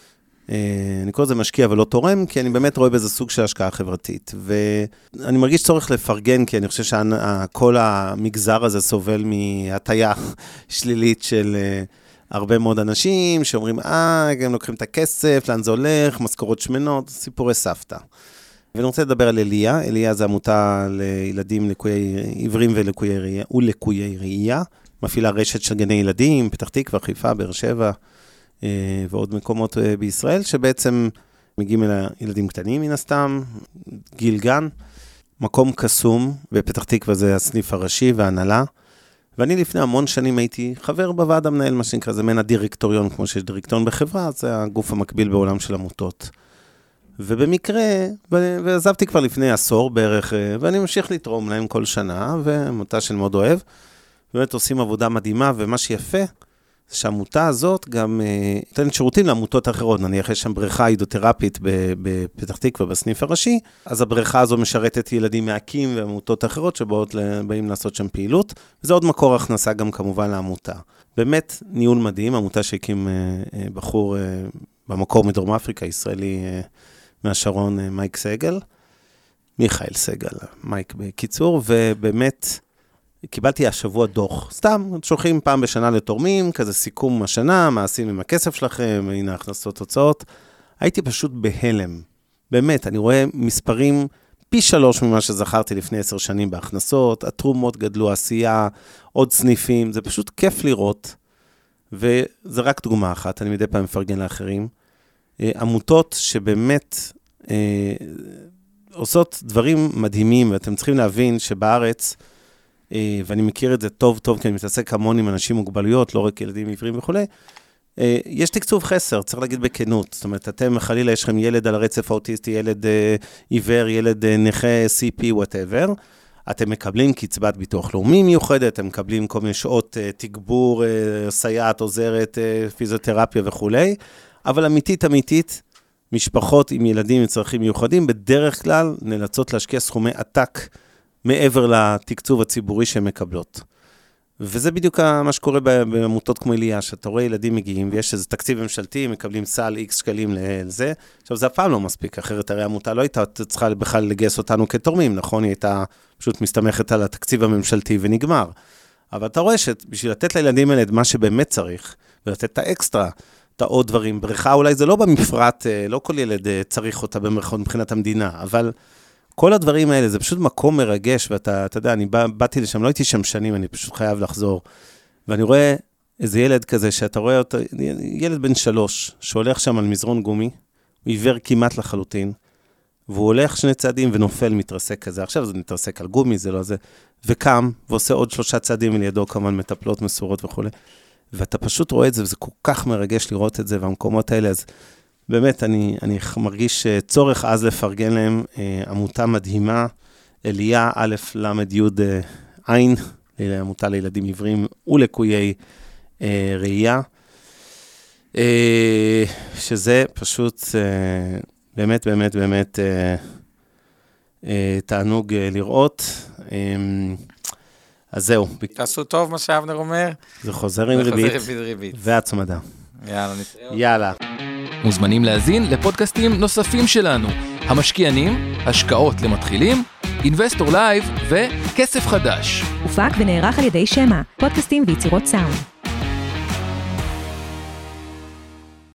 אני קורא לזה משקיע ולא תורם, כי אני באמת רואה בזה סוג של השקעה חברתית, ואני מרגיש צורך לפרגן, כי אני חושב שכל המגזר הזה סובל מהטיה שלילית של הרבה מאוד אנשים שאומרים, אה, הם לוקחים את הכסף, לאן זה הולך, משכורות שמנות, סיפורי סבתא. ואני רוצה לדבר על אליה. אליה זה עמותה לילדים לקויי עיוורים ולקויי ראייה, ולקויי ראייה, מפעילה רשת של גני ילדים, פתח תקווה, חיפה, באר שבע, ועוד מקומות בישראל, שבעצם מגיעים אל ילדים קטנים מן הסתם, גיל גן, מקום קסום, בפתח תקווה זה הסניף הראשי והנהלה, ואני לפני המון שנים הייתי חבר בוועד המנהל, מה שנקרא, זה מן הדירקטוריון, כמו שיש דירקטוריון בחברה, זה הגוף המקביל בעולם של עמותות. ובמקרה, ועזבתי כבר לפני עשור בערך, ואני ממשיך לתרום להם כל שנה, ועמותה של מאוד אוהב, באמת עושים עבודה מדהימה, ומה שיפה, זה שהעמותה הזאת גם נותנת שירותים לעמותות אחרות, נניח יש שם בריכה הידרותרפית בפתח תקווה בסניף הראשי, אז הבריכה הזו משרתת ילדים מעקים ועמותות אחרות שבאים לעשות שם פעילות, וזה עוד מקור הכנסה גם כמובן לעמותה. באמת ניהול מדהים, עמותה שהקים בחור במקור מדרום אפריקה, ישראלי מהשרון, מייק סגל, מיכאל סגל, מייק בקיצור, ובאמת קיבלתי השבוע דוח, סתם, שולחים פעם בשנה לתורמים, כזה סיכום השנה, מה עשים עם הכסף שלכם, הנה הכנסות תוצאות. הייתי פשוט בהלם. באמת, אני רואה מספרים פי שלוש ממה שזכרתי לפני עשר שנים בהכנסות, התרומות גדלו, עשייה, עוד סניפים, זה פשוט כיף לראות, וזה רק דוגמה אחת, אני מדי פעם מפרגן לאחרים. עמותות שבאמת אה, עושות דברים מדהימים, ואתם צריכים להבין שבארץ, ואני מכיר את זה טוב טוב, כי אני מתעסק המון עם אנשים מוגבלויות, לא רק ילדים עיוורים וכו'. יש תקצוב חסר, צריך להגיד בכנות. זאת אומרת, אתם חלילה, יש לכם ילד על הרצף האוטיסטי, ילד עיוור, ילד נכה, סי פי, whatever. אתם מקבלים קצבת ביטוח לאומי מיוחדת, אתם מקבלים כל מיני שעות תגבור, סייעת, עוזרת, פיזיותרפיה וכו'. אבל אמיתית, אמיתית, משפחות עם ילדים עם צרכים מיוחדים, בדרך כלל נאלצות להשקיע סכומי עתק מעבר לתקצוב הציבורי שהן מקבלות. וזה בדיוק מה שקורה בעמותות כמו אליה, שאתה רואה ילדים מגיעים, ויש איזה תקציב ממשלתי, מקבלים סל איקס שקלים לזה. עכשיו, זה אף פעם לא מספיק, אחרת הרי העמותה לא הייתה צריכה בכלל לגייס אותנו כתורמים, נכון? היא הייתה פשוט מסתמכת על התקציב הממשלתי ונגמר. אבל אתה רואה שבשביל לתת לילדים האלה את מה שבאמת צריך, ולתת את האקסטרה, את העוד דברים, בריכה אולי זה לא במפרט, לא כל ילד צריך אותה במרכאות מבחינת המדינה, אבל כל הדברים האלה, זה פשוט מקום מרגש, ואתה, אתה יודע, אני בא, באתי לשם, לא הייתי שם שנים, אני פשוט חייב לחזור, ואני רואה איזה ילד כזה, שאתה רואה אותו, ילד בן שלוש, שהולך שם על מזרון גומי, הוא עיוור כמעט לחלוטין, והוא הולך שני צעדים ונופל, מתרסק כזה, עכשיו זה מתרסק על גומי, זה לא זה, וקם, ועושה עוד שלושה צעדים לידו, כמובן מטפלות מסורות וכו', ואתה פשוט רואה את זה, וזה כל כך מרגש לראות את זה, והמקומות האלה, אז באמת, אני, אני מרגיש צורך אז לפרגן להם, אה, עמותה מדהימה, אליה א' למד י' עין, עמותה לילדים עיוורים ולקויי אה, ראייה. שזה פשוט באמת, באמת, באמת תענוג לראות. אז זהו. תעשו טוב מה שאבנר אומר. זה חוזר עם ריבית. והצמדה. יאללה, נתראה. יאללה. מוזמנים להזין לפודקאסטים נוספים שלנו. המשקיענים, השקעות למתחילים, אינבסטור לייב וכסף חדש. הופק ונערך על ידי שמה, פודקאסטים ויצירות סאונד.